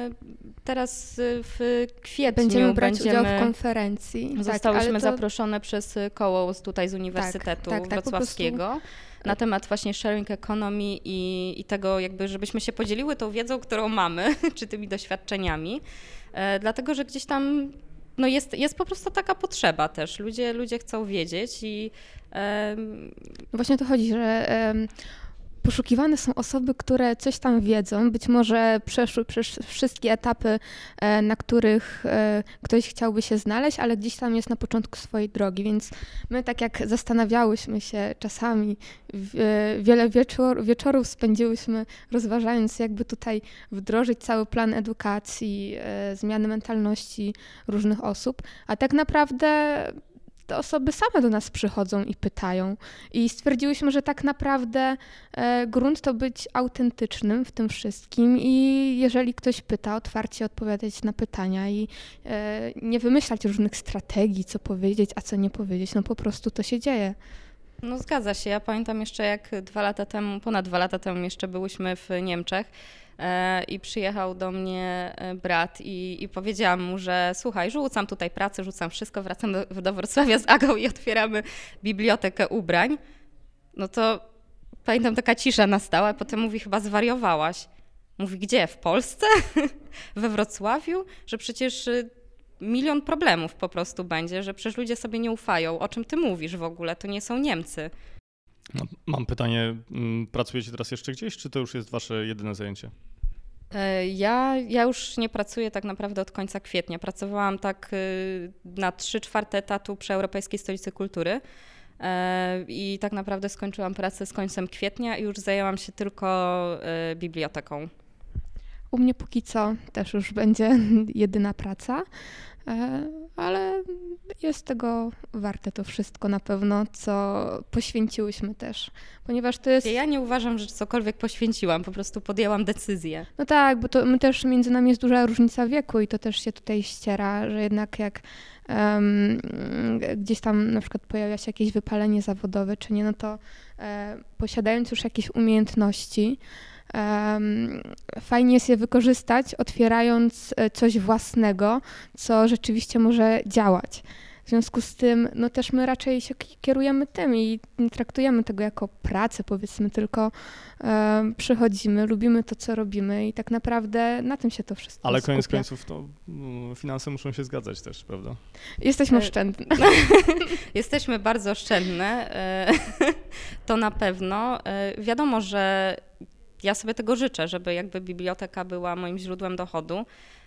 teraz w kwietniu będziemy brać udział w konferencji. Zostałyśmy zaproszone przez koło tutaj z Uniwersytetu Wrocławskiego na temat właśnie sharing economy i tego jakby, żebyśmy się podzieliły tą wiedzą, którą mamy, czy tymi doświadczeniami, dlatego, że gdzieś tam no jest po prostu taka potrzeba też. Ludzie chcą wiedzieć i właśnie o to chodzi, że poszukiwane są osoby, które coś tam wiedzą, być może przeszły przez wszystkie etapy, na których ktoś chciałby się znaleźć, ale gdzieś tam jest na początku swojej drogi, więc my tak jak zastanawiałyśmy się czasami, wiele wieczorów spędziłyśmy rozważając, jakby tutaj wdrożyć cały plan edukacji, zmiany mentalności różnych osób, a tak naprawdę te osoby same do nas przychodzą i pytają. I stwierdziłyśmy, że tak naprawdę grunt to być autentycznym w tym wszystkim i jeżeli ktoś pyta, otwarcie odpowiadać na pytania i nie wymyślać różnych strategii, co powiedzieć, a co nie powiedzieć. No po prostu to się dzieje. No zgadza się. Ja pamiętam jeszcze jak ponad 2 lata temu jeszcze byłyśmy w Niemczech i przyjechał do mnie brat i powiedziałam mu, że słuchaj, rzucam tutaj pracę, rzucam wszystko, wracam do Wrocławia z Agą i otwieramy bibliotekę ubrań. No to pamiętam, taka cisza nastała, a potem mówi, chyba zwariowałaś. Mówi, gdzie? W Polsce? We Wrocławiu? Że przecież 1 milion problemów po prostu będzie, że przecież ludzie sobie nie ufają. O czym ty mówisz w ogóle? To nie są Niemcy. No, mam pytanie, pracujecie teraz jeszcze gdzieś, czy to już jest wasze jedyne zajęcie? Ja już nie pracuję tak naprawdę od końca kwietnia. Pracowałam tak na 3/4 etatu przy Europejskiej Stolicy Kultury i tak naprawdę skończyłam pracę z końcem kwietnia i już zajęłam się tylko biblioteką. U mnie póki co też już będzie jedyna praca, ale jest tego warte to wszystko na pewno, co poświęciłyśmy też, ponieważ to jest... Ja nie uważam, że cokolwiek poświęciłam, po prostu podjęłam decyzję. No tak, bo to my też między nami jest duża różnica wieku i to też się tutaj ściera, że jednak jak gdzieś tam na przykład pojawia się jakieś wypalenie zawodowe, czy nie, no to posiadając już jakieś umiejętności, fajnie jest je wykorzystać, otwierając coś własnego, co rzeczywiście może działać. W związku z tym, no też my raczej się kierujemy tym i nie traktujemy tego jako pracę, powiedzmy, tylko przychodzimy, lubimy to, co robimy i tak naprawdę na tym się to wszystko Ale skupia. koniec końców to finanse muszą się zgadzać też, prawda? Jesteśmy oszczędne. Jesteśmy bardzo oszczędne, to na pewno. Wiadomo, że ja sobie tego życzę, żeby jakby biblioteka była moim źródłem dochodu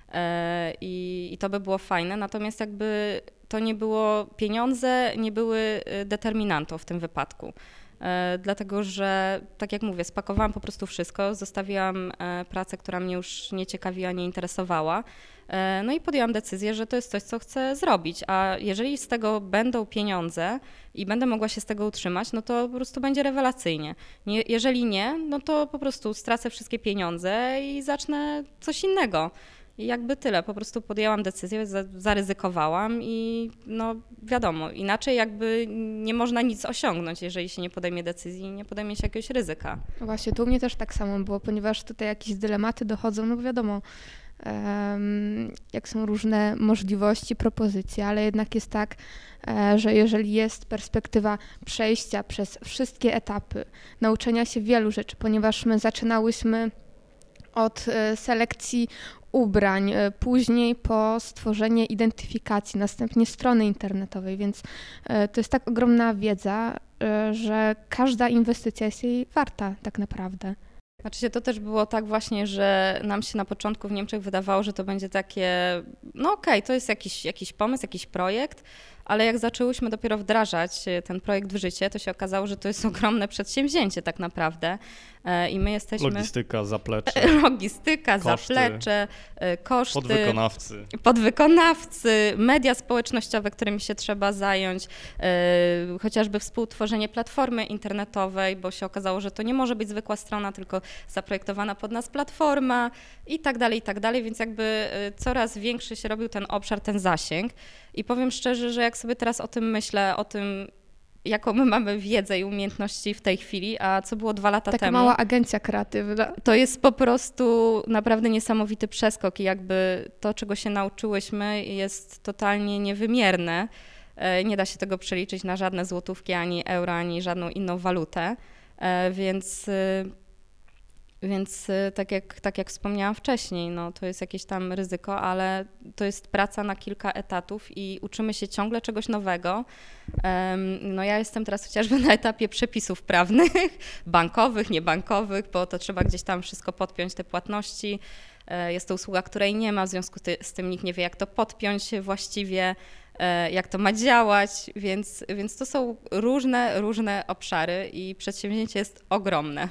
i to by było fajne, natomiast jakby to nie było, pieniądze nie były determinantą w tym wypadku. Dlatego, że tak jak mówię, spakowałam po prostu wszystko, zostawiłam pracę, która mnie już nie ciekawiła, nie interesowała. No i podjęłam decyzję, że to jest coś, co chcę zrobić, a jeżeli z tego będą pieniądze i będę mogła się z tego utrzymać, no to po prostu będzie rewelacyjnie. Jeżeli nie, no to po prostu stracę wszystkie pieniądze i zacznę coś innego. I jakby tyle, po prostu podjęłam decyzję, zaryzykowałam i no wiadomo, inaczej jakby nie można nic osiągnąć, jeżeli się nie podejmie decyzji i nie podejmie się jakiegoś ryzyka. Właśnie, tu u mnie też tak samo było, ponieważ tutaj jakieś dylematy dochodzą, no bo wiadomo, jak są różne możliwości, propozycje, ale jednak jest tak, że jeżeli jest perspektywa przejścia przez wszystkie etapy, nauczenia się wielu rzeczy, ponieważ my zaczynałyśmy od selekcji ubrań, później po stworzenie identyfikacji, następnie strony internetowej, więc to jest tak ogromna wiedza, że każda inwestycja jest jej warta tak naprawdę. Znaczy to też było tak właśnie, że nam się na początku w Niemczech wydawało, że to będzie takie, no okej, to jest jakiś pomysł, jakiś projekt, ale jak zaczęłyśmy dopiero wdrażać ten projekt w życie, to się okazało, że to jest ogromne przedsięwzięcie tak naprawdę i my jesteśmy... Logistyka, zaplecze, koszty, podwykonawcy, media społecznościowe, którymi się trzeba zająć, chociażby współtworzenie platformy internetowej, bo się okazało, że to nie może być zwykła strona, tylko zaprojektowana pod nas platforma i tak dalej, więc jakby coraz większy się robił ten obszar, ten zasięg i powiem szczerze, że jak sobie teraz o tym myślę, o tym, jaką my mamy wiedzę i umiejętności w tej chwili, a co było 2 lata temu. Taka mała agencja kreatywna. To jest po prostu naprawdę niesamowity przeskok i jakby to, czego się nauczyłyśmy, jest totalnie niewymierne. Nie da się tego przeliczyć na żadne złotówki, ani euro, ani żadną inną walutę, więc tak jak wspomniałam wcześniej, no to jest jakieś tam ryzyko, ale to jest praca na kilka etatów i uczymy się ciągle czegoś nowego. No ja jestem teraz chociażby na etapie przepisów prawnych, bankowych, niebankowych, bo to trzeba gdzieś tam wszystko podpiąć, te płatności. Jest to usługa, której nie ma, w związku z tym nikt nie wie, jak to podpiąć właściwie, jak to ma działać, więc to są różne obszary i przedsięwzięcie jest ogromne.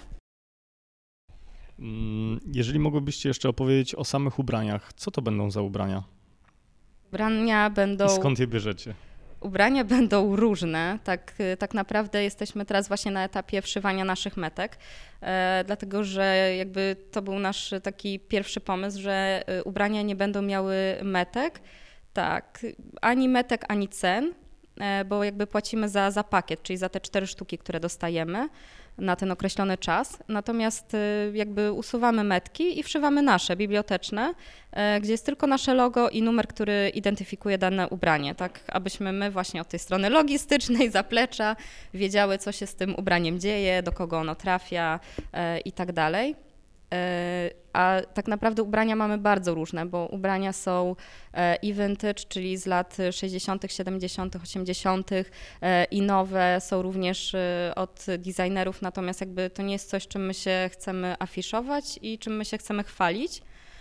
Jeżeli mogłybyście jeszcze opowiedzieć o samych ubraniach, co to będą za ubrania? Ubrania będą... I skąd je bierzecie? Ubrania będą różne, tak naprawdę jesteśmy teraz właśnie na etapie wszywania naszych metek, dlatego że jakby to był nasz taki pierwszy pomysł, że ubrania nie będą miały metek, tak, ani metek, ani cen, bo jakby płacimy za pakiet, czyli za te 4 sztuki, które dostajemy na ten określony czas, natomiast jakby usuwamy metki i wszywamy nasze, biblioteczne, gdzie jest tylko nasze logo i numer, który identyfikuje dane ubranie, tak abyśmy my właśnie od tej strony logistycznej, zaplecza wiedziały, co się z tym ubraniem dzieje, do kogo ono trafia i tak dalej. A tak naprawdę ubrania mamy bardzo różne, bo ubrania są i vintage, czyli z lat 60., 70., 80. I nowe są również od designerów, natomiast jakby to nie jest coś, czym my się chcemy afiszować i czym my się chcemy chwalić.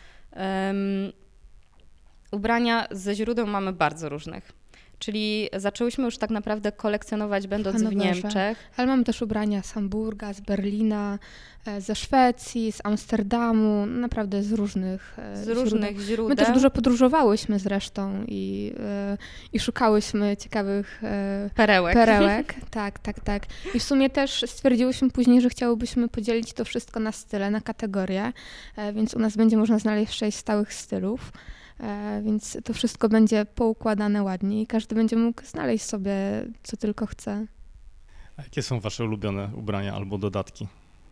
Ubrania ze źródeł mamy bardzo różnych. Czyli zaczęłyśmy już tak naprawdę kolekcjonować, będąc w Niemczech. Ale mamy też ubrania z Hamburga, z Berlina, ze Szwecji, z Amsterdamu, naprawdę z różnych źródeł. My też dużo podróżowałyśmy zresztą i szukałyśmy ciekawych perełek. Tak. I w sumie też stwierdziłyśmy później, że chciałybyśmy podzielić to wszystko na style, na kategorie, więc u nas będzie można znaleźć 6 stałych stylów. Więc to wszystko będzie poukładane ładnie i każdy będzie mógł znaleźć sobie, co tylko chce. A jakie są wasze ulubione ubrania albo dodatki?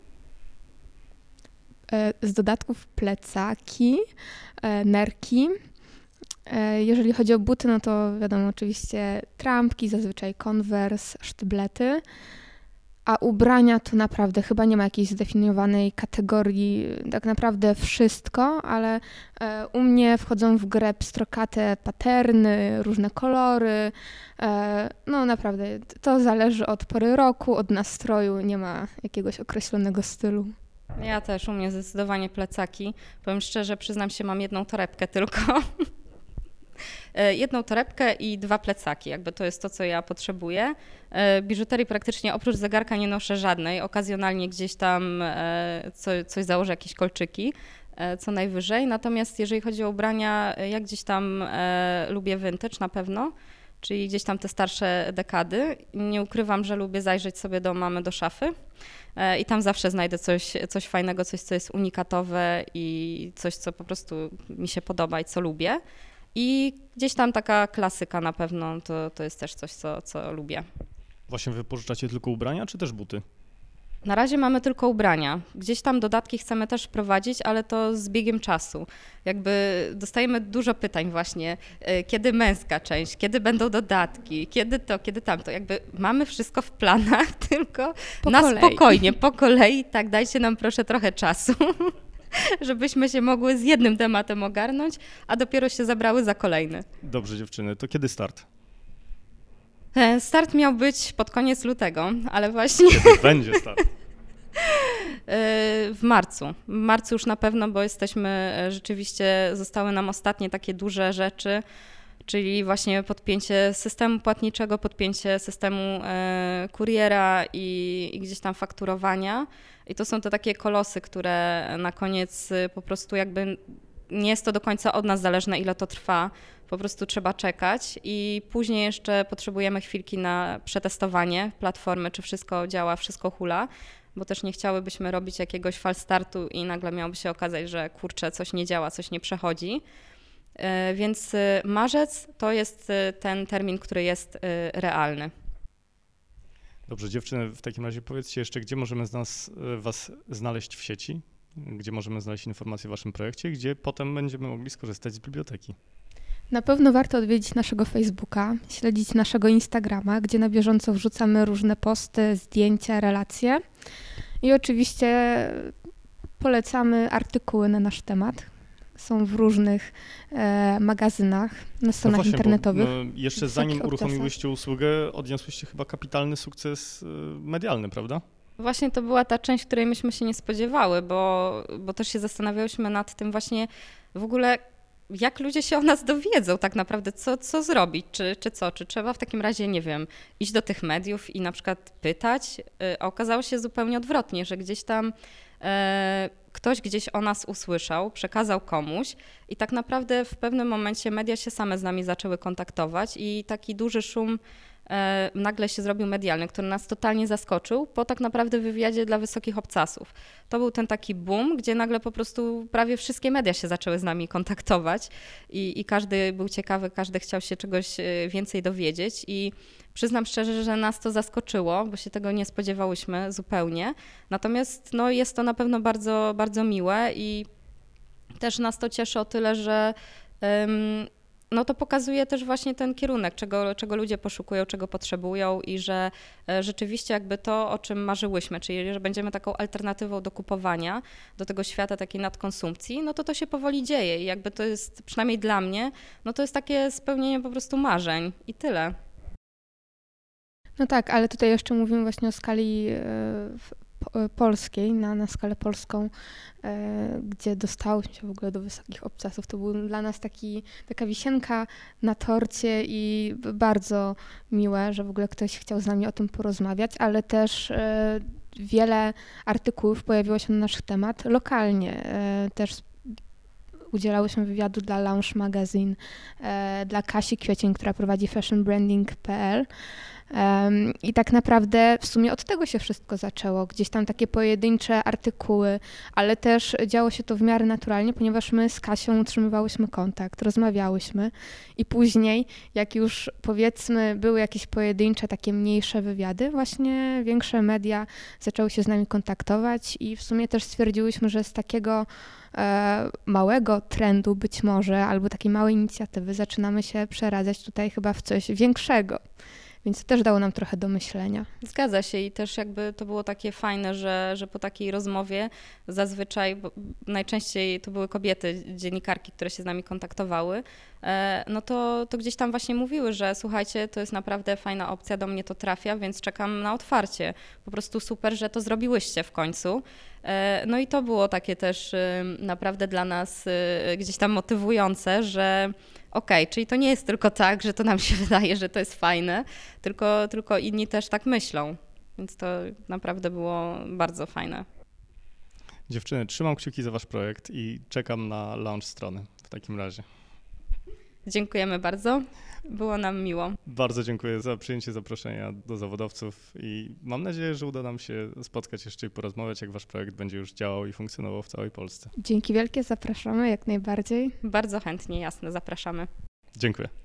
Z dodatków plecaki, nerki. Jeżeli chodzi o buty, no to wiadomo oczywiście trampki, zazwyczaj Converse, sztyblety. A ubrania to naprawdę chyba nie ma jakiejś zdefiniowanej kategorii, tak naprawdę wszystko, ale u mnie wchodzą w grę pstrokate paterny, różne kolory. No naprawdę, to zależy od pory roku, od nastroju, nie ma jakiegoś określonego stylu. Ja też, u mnie zdecydowanie plecaki. Powiem szczerze, przyznam się, mam jedną torebkę tylko. Jedną torebkę i 2 plecaki, jakby to jest to, co ja potrzebuję. Biżuterii praktycznie oprócz zegarka nie noszę żadnej, okazjonalnie gdzieś tam coś założę, jakieś kolczyki, co najwyżej. Natomiast jeżeli chodzi o ubrania, ja gdzieś tam lubię vintage na pewno, czyli gdzieś tam te starsze dekady. Nie ukrywam, że lubię zajrzeć sobie do mamy, do szafy i tam zawsze znajdę coś fajnego, coś, co jest unikatowe i coś, co po prostu mi się podoba i co lubię. I gdzieś tam taka klasyka na pewno, to jest też coś, co lubię. Właśnie wypożyczacie tylko ubrania, czy też buty? Na razie mamy tylko ubrania. Gdzieś tam dodatki chcemy też wprowadzić, ale to z biegiem czasu. Jakby dostajemy dużo pytań właśnie, kiedy męska część, kiedy będą dodatki, kiedy to, kiedy tamto. Jakby mamy wszystko w planach, tylko spokojnie, po kolei. Tak, dajcie nam proszę trochę czasu. Żebyśmy się mogły z jednym tematem ogarnąć, a dopiero się zabrały za kolejny. Dobrze dziewczyny, to kiedy start? Start miał być pod koniec lutego, ale właśnie... Kiedy będzie start? W marcu. W marcu już na pewno, bo rzeczywiście zostały nam ostatnie takie duże rzeczy, czyli właśnie podpięcie systemu płatniczego, podpięcie systemu kuriera i gdzieś tam fakturowania. I to są te takie kolosy, które na koniec po prostu jakby nie jest to do końca od nas zależne, ile to trwa. Po prostu trzeba czekać i później jeszcze potrzebujemy chwilki na przetestowanie platformy, czy wszystko działa, wszystko hula, bo też nie chciałybyśmy robić jakiegoś fal startu i nagle miałoby się okazać, że kurczę, coś nie działa, coś nie przechodzi. Więc marzec to jest ten termin, który jest realny. Dobrze, dziewczyny, w takim razie powiedzcie jeszcze, gdzie możemy was znaleźć w sieci, gdzie możemy znaleźć informacje o waszym projekcie, gdzie potem będziemy mogli skorzystać z biblioteki. Na pewno warto odwiedzić naszego Facebooka, śledzić naszego Instagrama, gdzie na bieżąco wrzucamy różne posty, zdjęcia, relacje i oczywiście polecamy artykuły na nasz temat. Są w różnych magazynach, na stronach internetowych. Jeszcze zanim uruchomiłyście usługę, odniosłyście chyba kapitalny sukces medialny, prawda? Właśnie to była ta część, której myśmy się nie spodziewały, bo też się zastanawiałyśmy nad tym właśnie w ogóle, jak ludzie się o nas dowiedzą tak naprawdę, co zrobić, czy trzeba w takim razie, nie wiem, iść do tych mediów i na przykład pytać, a okazało się zupełnie odwrotnie, że gdzieś tam ktoś gdzieś o nas usłyszał, przekazał komuś i tak naprawdę w pewnym momencie media się same z nami zaczęły kontaktować i taki duży szum nagle się zrobił medialny, który nas totalnie zaskoczył po tak naprawdę wywiadzie dla wysokich obcasów. To był ten taki boom, gdzie nagle po prostu prawie wszystkie media się zaczęły z nami kontaktować i każdy był ciekawy, każdy chciał się czegoś więcej dowiedzieć i przyznam szczerze, że nas to zaskoczyło, bo się tego nie spodziewałyśmy zupełnie. Natomiast no, jest to na pewno bardzo, bardzo miłe i też nas to cieszy o tyle, że no to pokazuje też właśnie ten kierunek, czego ludzie poszukują, czego potrzebują i że rzeczywiście jakby to, o czym marzyłyśmy, czyli że będziemy taką alternatywą do kupowania, do tego świata takiej nadkonsumpcji, no to się powoli dzieje i jakby to jest, przynajmniej dla mnie, no to jest takie spełnienie po prostu marzeń i tyle. No tak, ale tutaj jeszcze mówimy właśnie o skali polskiej, na skalę polską, gdzie dostałyśmy się w ogóle do wysokich obcasów. To był dla nas taka wisienka na torcie i bardzo miłe, że w ogóle ktoś chciał z nami o tym porozmawiać, ale też wiele artykułów pojawiło się na nasz temat lokalnie. Też udzielałyśmy wywiadu dla Lounge Magazine, dla Kasi Kwiecień, która prowadzi fashionbranding.pl. I tak naprawdę w sumie od tego się wszystko zaczęło. Gdzieś tam takie pojedyncze artykuły, ale też działo się to w miarę naturalnie, ponieważ my z Kasią utrzymywałyśmy kontakt, rozmawiałyśmy i później, jak już powiedzmy były jakieś pojedyncze, takie mniejsze wywiady, właśnie większe media zaczęły się z nami kontaktować i w sumie też stwierdziłyśmy, że z takiego małego trendu być może, albo takiej małej inicjatywy zaczynamy się przeradzać tutaj chyba w coś większego. Więc to też dało nam trochę do myślenia. Zgadza się i też jakby to było takie fajne, że po takiej rozmowie zazwyczaj, bo najczęściej to były kobiety, dziennikarki, które się z nami kontaktowały, no to gdzieś tam właśnie mówiły, że słuchajcie, to jest naprawdę fajna opcja, do mnie to trafia, więc czekam na otwarcie. Po prostu super, że to zrobiłyście w końcu. No i to było takie też naprawdę dla nas gdzieś tam motywujące, że okej, czyli to nie jest tylko tak, że to nam się wydaje, że to jest fajne, tylko inni też tak myślą. Więc to naprawdę było bardzo fajne. Dziewczyny, trzymam kciuki za wasz projekt i czekam na launch strony w takim razie. Dziękujemy bardzo. Było nam miło. Bardzo dziękuję za przyjęcie zaproszenia do zawodowców i mam nadzieję, że uda nam się spotkać jeszcze i porozmawiać, jak wasz projekt będzie już działał i funkcjonował w całej Polsce. Dzięki wielkie, zapraszamy jak najbardziej. Bardzo chętnie, jasne, zapraszamy. Dziękuję.